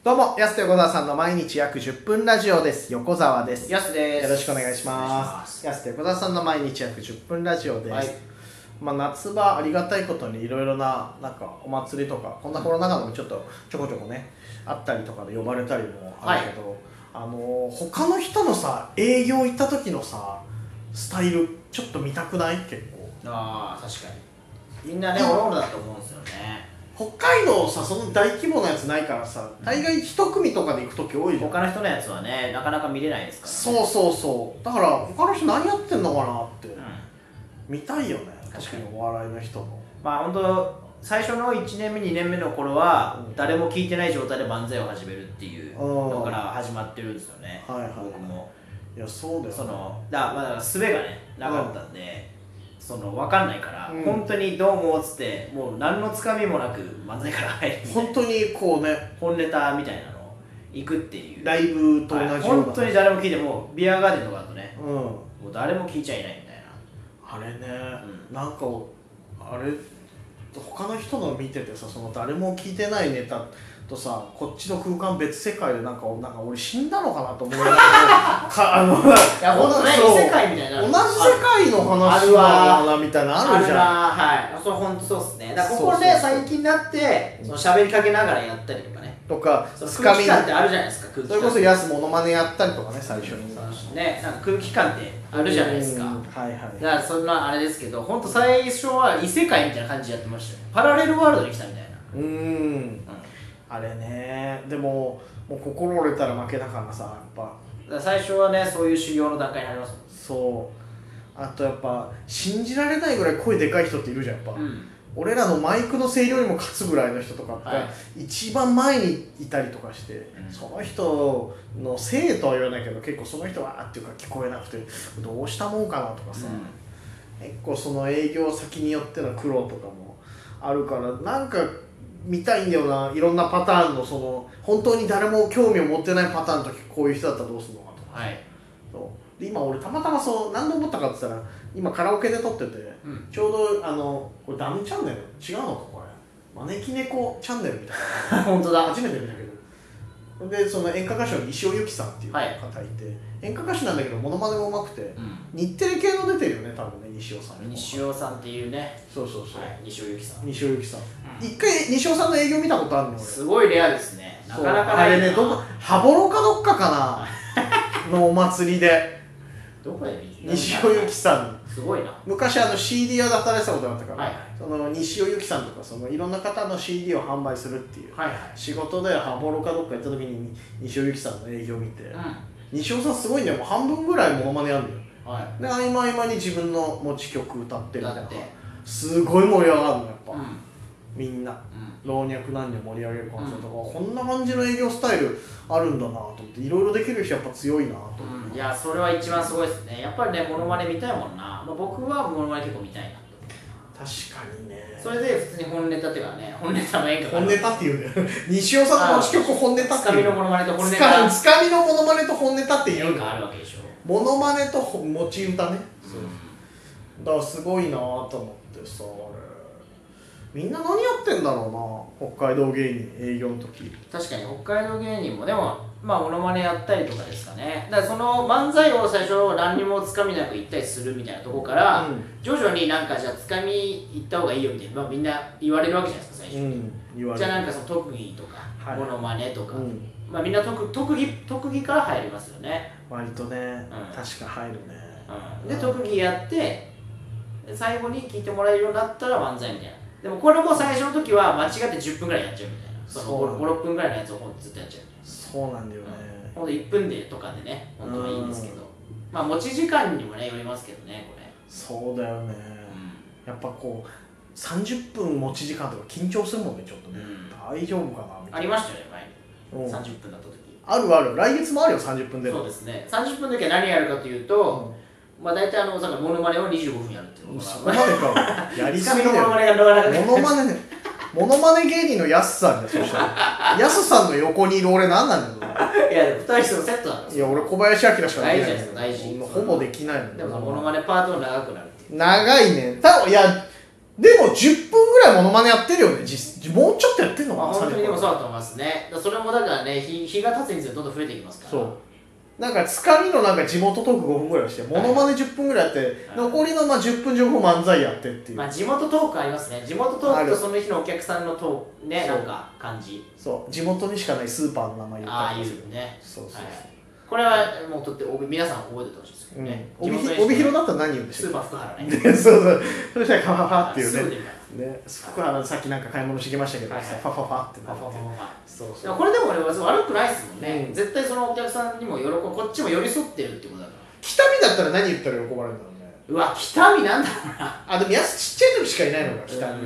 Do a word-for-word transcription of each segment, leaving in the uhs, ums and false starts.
どうも、やすと横澤さんの毎日約じゅっぷんラジオです。横澤です。 やすです。 よろしくお願いします。やすと横澤さんの毎日約じゅっぷんラジオです。はい、まあ、夏場ありがたいことにいろいろな、なんかお祭りとか、こんなコロナ禍でもちょっとちょこちょこね、あったりとかで呼ばれたりもあるけど、はい、あのー、他の人のさ、営業行った時のさ、スタイルちょっと見たくない？結構。 ああ、確かに。みんなね、おのおのだと思うんですよね。 北海道さ、その大規模なやつないからさ、大概一組とかで行く時多いじゃん。 他の人のやつはね、なかなか見れないですからね。そうそうそう。だから他の人何やってんのかなって、うん、見たいよね。確かにお笑いの人も。 まあ本当最初のいちねんめにねんめの頃は、うん、誰も聞いてない状態で漫才を始めるっていうのから始まってるんですよね。はいはい、僕も。 いやそうです、ね。 そのだまあだから術がねなかったんで。うんその分かんないから、うん、本当にどうもっつってもう何のつかみもなく漫才から入るみたいな本当にこうね本ネタみたいなの行くっていうライブと同じような、はい、 本当に誰も聞いてもビアガーデンとかだとね、うん、もう誰も聞いちゃいないみたいなあれね、うん、なんかあれ他の人の見ててさその誰も聞いてないネタとさこっちの空間別世界でなんかなんか俺死んだのかなと思いながらかあのいや本当ね異世界みたいな同じ世界の話なのかなみたいなあるじゃんはいそれ本当そうっすねだからここで最近になってその喋りかけながらやったりとかねとかつかみ空気感ってあるじゃないですか空気感それこそやすモノマネやったりとかね最初にねなんか空気感ってあるじゃないですかはいはいだからそんなあれですけど本当最初は異世界みたいな感じでやってましたよパラレルワールドに来たみたいなうーんあれねでももう心折れたら負けだからさやっぱだから最初はねそういう修行の段階に入りますもんそうあとやっぱ信じられないぐらい声でかい人っているじゃんやっぱ、うん、俺らのマイクの声量にも勝つぐらいの人とかが一番前にいたりとかして、はい、その人のせいとは言わないけど結構その人はっていうか聞こえなくてどうしたもんかなとかさ、うん、結構その営業先によっての苦労とかもあるからなんか見たいんだよないろんなパターンのその本当に誰も興味を持ってないパターンの時こういう人だったらどうするのかとか、はい、そうで今俺たまたまそう何で思ったかって言ったら今カラオケで撮ってて、うん、ちょうどあのこれダムチャンネル違うのかこれ招き猫チャンネルみたいな本当だ初めて見たけどでその演歌歌手の西尾由紀さんっていう方いて、はい、演歌歌手なんだけどモノマネも上手くて、うん、日テレ系の出てるよね多分ね西尾さん西尾さんっていうねそうそうそう、はい、 西尾由紀さん西尾由紀さん、うん、一回西尾さんの営業見たことあるの俺すごいレアですねなかなかないなあれねどこ羽幌かどっかかなのお祭りでどこで西尾由紀さんすごいな昔あの シーディー 屋で働いてたことがあったから、 はいはい、 その西尾由紀さんとかそのいろんな方の シーディー を販売するっていう、はいはい、仕事で羽幌かどっか行った時に西尾由紀さんの営業を見て、うん、西尾さんすごいんだよもう半分ぐらいモノマネやるんだよ、はい、で合間合間に自分の持ち曲歌ってみたいなすごい盛り上がるのやっぱ、うん、みんな、うん、老若男女盛り上げる感じだとか、うん、こんな感じの営業スタイルあるんだなと思っていろいろできる人やっぱ強いなと思って、 うん、いやそれは一番すごいですねやっぱりねモノマネ見たいもんな、まあ、僕はモノマネ結構見たいなと確かにねそれで普通に本ネタっていうかね本ネタの演歌本ネタっていうね西尾さんの持ち曲本ネタっていうつかみのモノマネと本ネタつかみのモノマネと本ネタっていう演歌あるわけでしょモノマネと持ち歌ね、うん、だからすごいなと思ってさみんな何やってんだろうな北海道芸人営業の時確かに北海道芸人もでもまあモノマネやったりとかですかねだからその漫才を最初何にもつかみなく言ったりするみたいなところから、うん、徐々になんかじゃあつかみ言った方がいいよみたいな、まあ、みんな言われるわけじゃないですか最初に、うん、言われるじゃあなんかその特技とか、はい、モノマネとか、うん、まあみんな 特, 特, 技特技から入りますよね割とね、うん、確か入るね、 うん、で特技やって最後に聞いてもらえるようになったら漫才みたいなでもこれも最初の時は間違ってじゅっぷんぐらいやっちゃうみたいなそのごろっぷんぐらいのやつをずっとやっちゃうそうなんだよね、 うん、ほんといっぷんでとかでね本当はいいんですけどまあ持ち時間にもねよりますけどねこれそうだよね、うん、やっぱこうさんじゅっぷん持ち時間とか緊張するもんねちょっとね、うん、大丈夫かなみたいなありましたよね前に、うん、さんじゅっぷんだった時あるある来月もあるよさんじゅっぷんでそうですねさんじゅっぷんだけ何やるかというと、うん、まあ大体あのさモノマネをにじゅうごふんやるっていうのがそこまでかやりすぎだよモノマネがなかなかモノマネねモノマネ芸人のやすさんだよそしたらやすさんの横にいる俺何なんだよいやでもふたりしてのセットなんですいや俺小林明しかできない大事です大事ほぼできないのでもモノマネパートが長くなるっていう長いねたいやでもじゅっぷんぐらいモノマネやってるよね。実もうちょっとやってんのかな。 本当にでもそうだと思いますね。それもだからね、日日が経つにつれてどんどん増えていきますから。 そうなんかつかみのなんか地元トークごふんぐらいしてモノマネじゅっぷんぐらいやって、はい、残りのまあじゅっぷん情報漫才やってっていう、 まあ、地元トークありますね。地元トークとその日のお客さんのトークね、なんか感じ。 そう地元にしかないスーパーの名前言ったりするね。そうそうそう、はい、 これはもうとって皆さん覚えててほしいですけどね。 帯広だったら何言うんでしょう。 スーパー福原ね。 そうそうそしたらファファファっていうね。ね、福原さっきなんか買い物してきましたけど、はいはい、ファファファってなって、 そうそう。これでも俺は悪くないですもんね、うん、絶対そのお客さんにも喜ぶ、こっちも寄り添ってるってことだから。 北見だったら何言ったら喜ばれるんだろうね。 うわ、北見なんだろうな。 あ、でもやすちっちゃい時しかいないのか、北見は。うん、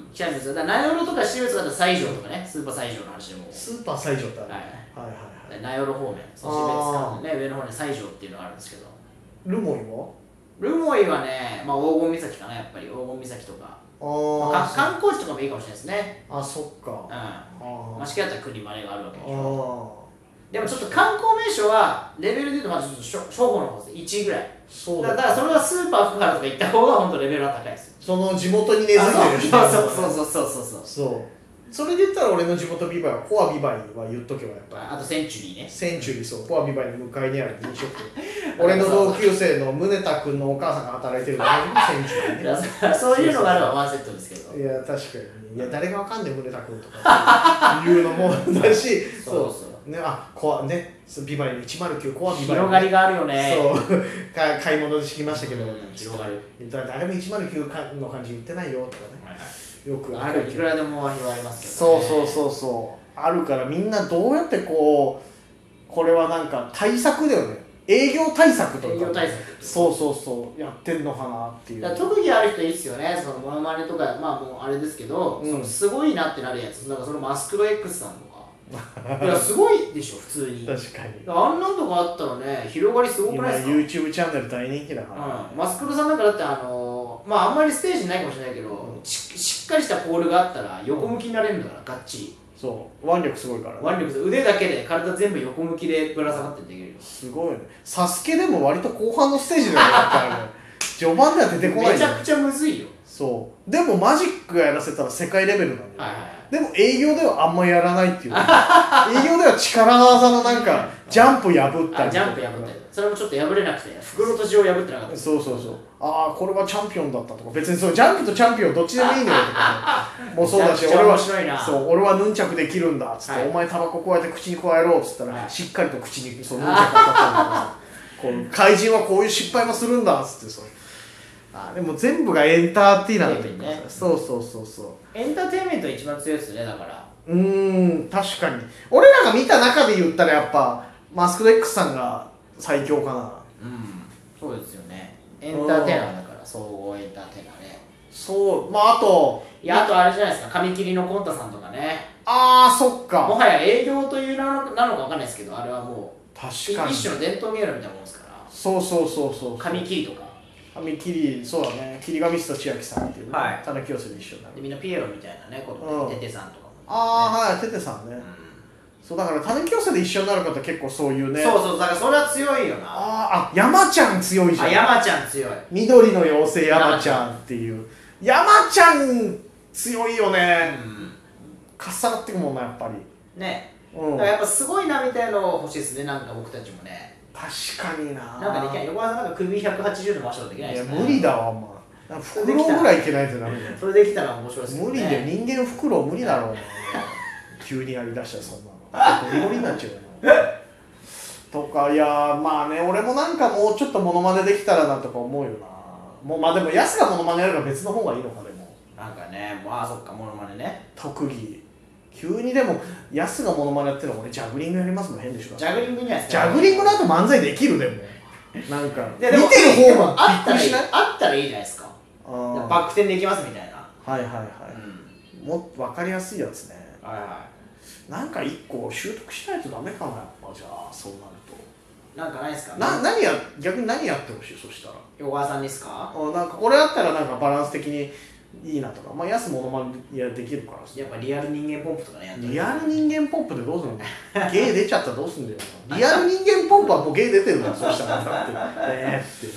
北見ですよ。だから名寄とか私立だったら西条とかね、スーパー西条の話でも。 スーパー西条ってある、 はいはいはい、名寄方面、そして別ね、上の方に西条っていうのがあるんですけど。 留萌は留萌はね、まあ、黄金岬かな、やっぱり黄金岬とか。まあ、観光地とかもいいかもしれないですね。 あ、そっか。うん。 まあ、しかやったら国までがあるわけでしょ。でもちょっと観光名所は、レベルで言うとまあちょっと初歩の方です。いちいぐらい。そうだ。だからそれはスーパー福原とか行った方が本当レベルは高いですよ。 その地元に根付いてる人。そうそうそうそうそうそう。 そう。それで言ったら俺の地元ビバイはコアビバイは言っとけばやっぱり。 あとセンチュリーね。 センチュリー、そう。コアビバイの向かいにある飲食店。俺の同級生の宗田君のお母さんが働いてるのにセンチュリーね。 そういうのがあればワンセットですけど。 いや、確かに。いや、誰がわかんねえ宗田君とかいうのもだし、 そうそう。 ね、あ、コアね、ビバイのいちまるきゅうコアビバイ。 広がりがあるよね。 そう。買い物で知りましたけど、 広がる。 誰もいちまるきゅうの感じ言ってないよとかね。よくある。 いくらでも広がりますけどね。そうそうそうそうあるからみんなどうやってこうこれはなんか対策だよね。営業対策とか。 営業対策。 そうそうそうやってんのかなっていう。 特技ある人いいっすよね。そのモノマネとかまあもうあれですけど、うん、そのすごいなってなるやつ。なんかそのマスクロ X さんとか。いやすごいでしょ普通に。 確かに。 あんなんとかあったらね広がりすごくないですか。 今 YouTube チャンネル大人気だから。 うん、マスクロさんなんかだってあのまああんまりステージないかもしれないけど、うん、し, しっかりしたポールがあったら横向きになれるんだからがっちり。 そう腕力すごいから、ね、 腕力腕だけで体全部横向きでぶら下がってできるよ。 すごいね。サスケでも割と後半のステージでやったらね序盤では出てこない。 めちゃくちゃむずいよ。 そうでもマジックやらせたら世界レベルなんだよ、 はいはいはい、 でも営業ではあんまやらないっていう営業では力技のなんかジャンプ破ったりジャンプ破ったりそれもちょっと破れなくて袋とじを破ってなかった。 そうそうそうああこれはチャンピオンだったとか別にそうジャンプとチャンピオンどっちでもいいんだよとかもうそうだし俺はそう俺はヌンチャクできるんだっつって、はい、お前タバコこうやって口に加えろっつったら、はい、しっかりと口にそうヌンチャクをかったりとかこう怪人はこういう失敗もするんだっつってそうあでも全部がエンターテイナーだというか、ね、そうそうそうそうエンターテインメントが一番強いですねだからうーん確かに俺らが見た中で言ったらやっぱマスクド X さんが最強かな。 うんそうですよねエンターテイナーだから総合エンターテイナーね。 そうまああといやあとあれじゃないですか髪切りのコンタさんとかね。 ああそっかもはや営業という名なのか分かんないですけどあれはもう確かに一種の伝統芸能みたいなもんですから。 そうそうそうそう髪切りとか髪切りそうだね切り紙室と千秋さんっていうね、はい、田中清瀬で一緒になるでみんなピエロみたいなねこと、うん、テテさんとかも、ね、 ああはいテテさんね、うん、そうだから田中清瀬で一緒になる方結構そういうねそうそうだからそれは強いよな。 ああ山ちゃん強いじゃん。 あ山ちゃん強い緑の妖精山ちゃんっていう山ちゃん強いよね、うん、重なってくもんなやっぱりね、うん、だからやっぱすごいなみたいなの欲しいですねなんか僕たちもね。 確かにななんかできない横川さんなんか首ひゃくはちじゅう度回したらできないですね。 いや無理だわまあ袋ぐらいいけないとダメだよ。 それできたら面白いですね。 無理で人間袋無理だろうな急にやりだしたらそんなのゴリゴリになっちゃうよとかいやまあね俺もなんかもうちょっとモノマネできたらなとか思うよな。もうまあでもヤスがモノマネやるから別の方がいいのかでもなんかねまあそっかモノマネね特技急にでもヤスがモノマネやってるの俺ジャグリングやりますもん変でしょ。 ジャグリングにはジャグリングの後漫才できるでもなんか見てる方もあったらいいあったらいいじゃないですか。バック転できますみたいな。 はいはいはい、うん、もっと分かりやすいやつね。 はいはいなんか一個習得しないとダメかなやっぱじゃあそうなるとなんかないですか。 な何や逆に何やってほしいそしたら横川さんですか。 あなんかこれやったらなんかバランス的にいいなとかまあ安モノマネやできるからやっぱリアル人間ポンプとかねやってる。 リアル人間ポンプでどうするのゲー出ちゃったらどうすんだよリアル人間ポンプはもうゲー出てるからそうしたらだってねって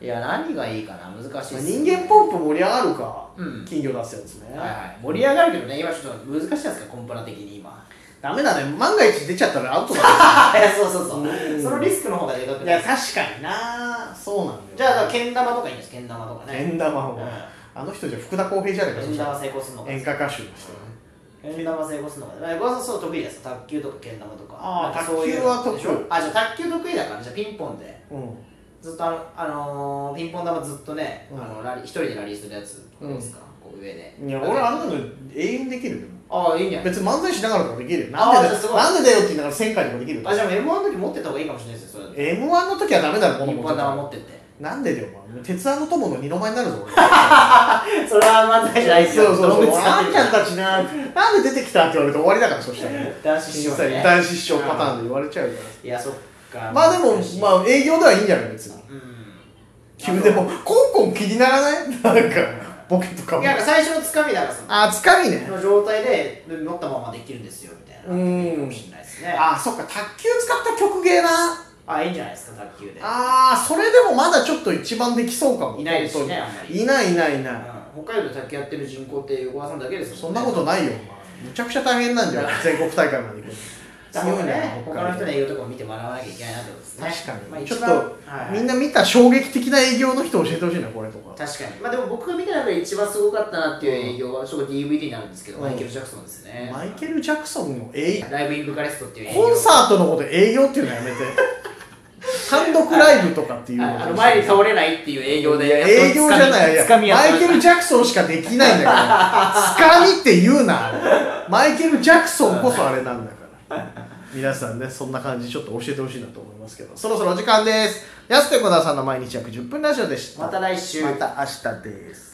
いや何がいいかな、難しいっす、 人間ポンプ盛り上がるか、 うん、 金魚出すやつね、 はいはい、盛り上がるけどね、今ちょっと難しいですか、コンプラ的に今ダメだね、万が一出ちゃったらアウトだねそうそうそう、うん、そのリスクの方がでかくない。 いや確かにな、そうなんだよ。 じゃあけん玉とかいいんです、けん玉とかね。 けん玉を、 うん、 あの人じゃ福田浩平じゃないか。 けん玉成功するのか、 演歌歌手の人ね。 けん玉成功するのか、小川さんそう得意ですか、卓球とかけん玉とか。 ああ、卓球は得意。 あ、じゃあ卓球得意だから、じゃあピンポンで、 うん、 ずっとあの、あのー、ピンポン玉ずっとね、うん、あのラリ一人でラリーするやつどうですか、うん、こう上で。 いや俺あんなの永遠できるよ。 ああ、いいんじゃない。 別に漫才しながらとかできるよ。なんでなんでだよって言いながら旋回とかできるよ。 あ、じゃあ エムワン の時持ってた方がいいかもしれないですよ、それ。 エムワン の時はダメだろ、このピンポン玉持ってって。 なんでだよ、お前。鉄腕の友の二の舞になるぞ、俺。 それは漫才じゃないですよ。 そうそうそう。あんちゃんたちな、なんで出てきたって言われて終わりだから、そしたら。 男子師匠ね。 男子師匠パターンで言われちゃうから。 いや、そっか。 まあでも、まあ営業ではいいんじゃない別に。うん。君でも、コンコン気にならない？なんか。ボケとかも。 いや、最初のつかみだからさ。 あ、つかみね。 の状態で持ったままできるんですよみたいな。うん。かもしれないですね。 あ、そっか、卓球使った曲芸な。 あ、いいんじゃないですか、卓球で。 ああ、それでもまだちょっと一番できそうかも。 いないですね、あんまり。 いないいないいない。 北海道で卓球やってる人口って横川さんだけですよ。 そんなことないよ。むちゃくちゃ大変なんじゃん。全国大会まで行く。 強いね。他の人の営業とかを見て学ばなきゃいけないなってことですね。 確かに。ちょっとみんな見た衝撃的な営業の人教えてほしいな、これとか。 確かに。まあでも僕が見た中で一番すごかったなっていう営業はちょっと ディーブイディー になるんですけど、マイケル・ジャクソンですね。 マイケル・ジャクソンの営業。 ライブ・イン・ブカレストっていう営業。 コンサートのこと営業っていうのやめて。単独ライブとかっていうの。 あの前に倒れないっていう営業で。 営業じゃない。マイケル・ジャクソンしかできないんだから。つかみって言うな。マイケル・ジャクソンこそあれなんだから。皆さんね、そんな感じちょっと教えてほしいなと思いますけど、そろそろお時間です。安手小田さんの毎日約じゅっぷんラジオでした。 また来週。 また明日です。